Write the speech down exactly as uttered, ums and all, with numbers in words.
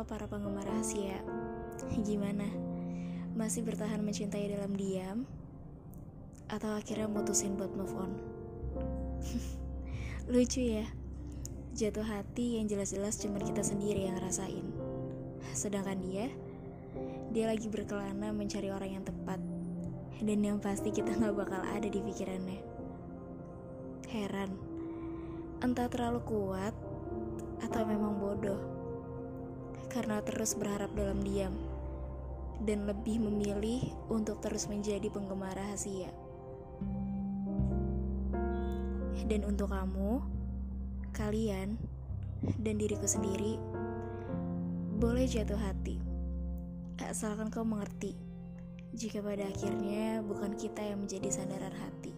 halo para penggemar rahasia. Gimana? Masih bertahan mencintai dalam diam? Atau akhirnya mutusin buat move on? Lucu ya, jatuh hati yang jelas-jelas cuma kita sendiri yang rasain. Sedangkan dia, dia lagi berkelana mencari orang yang tepat, dan yang pasti kita gak bakal ada di pikirannya. Heran, entah terlalu kuat atau memang bodoh, karena terus berharap dalam diam dan lebih memilih untuk terus menjadi penggemar rahasia. Dan untuk kamu, kalian, dan diriku sendiri, boleh jatuh hati, asalkan kau mengerti jika pada akhirnya bukan kita yang menjadi sandaran hati.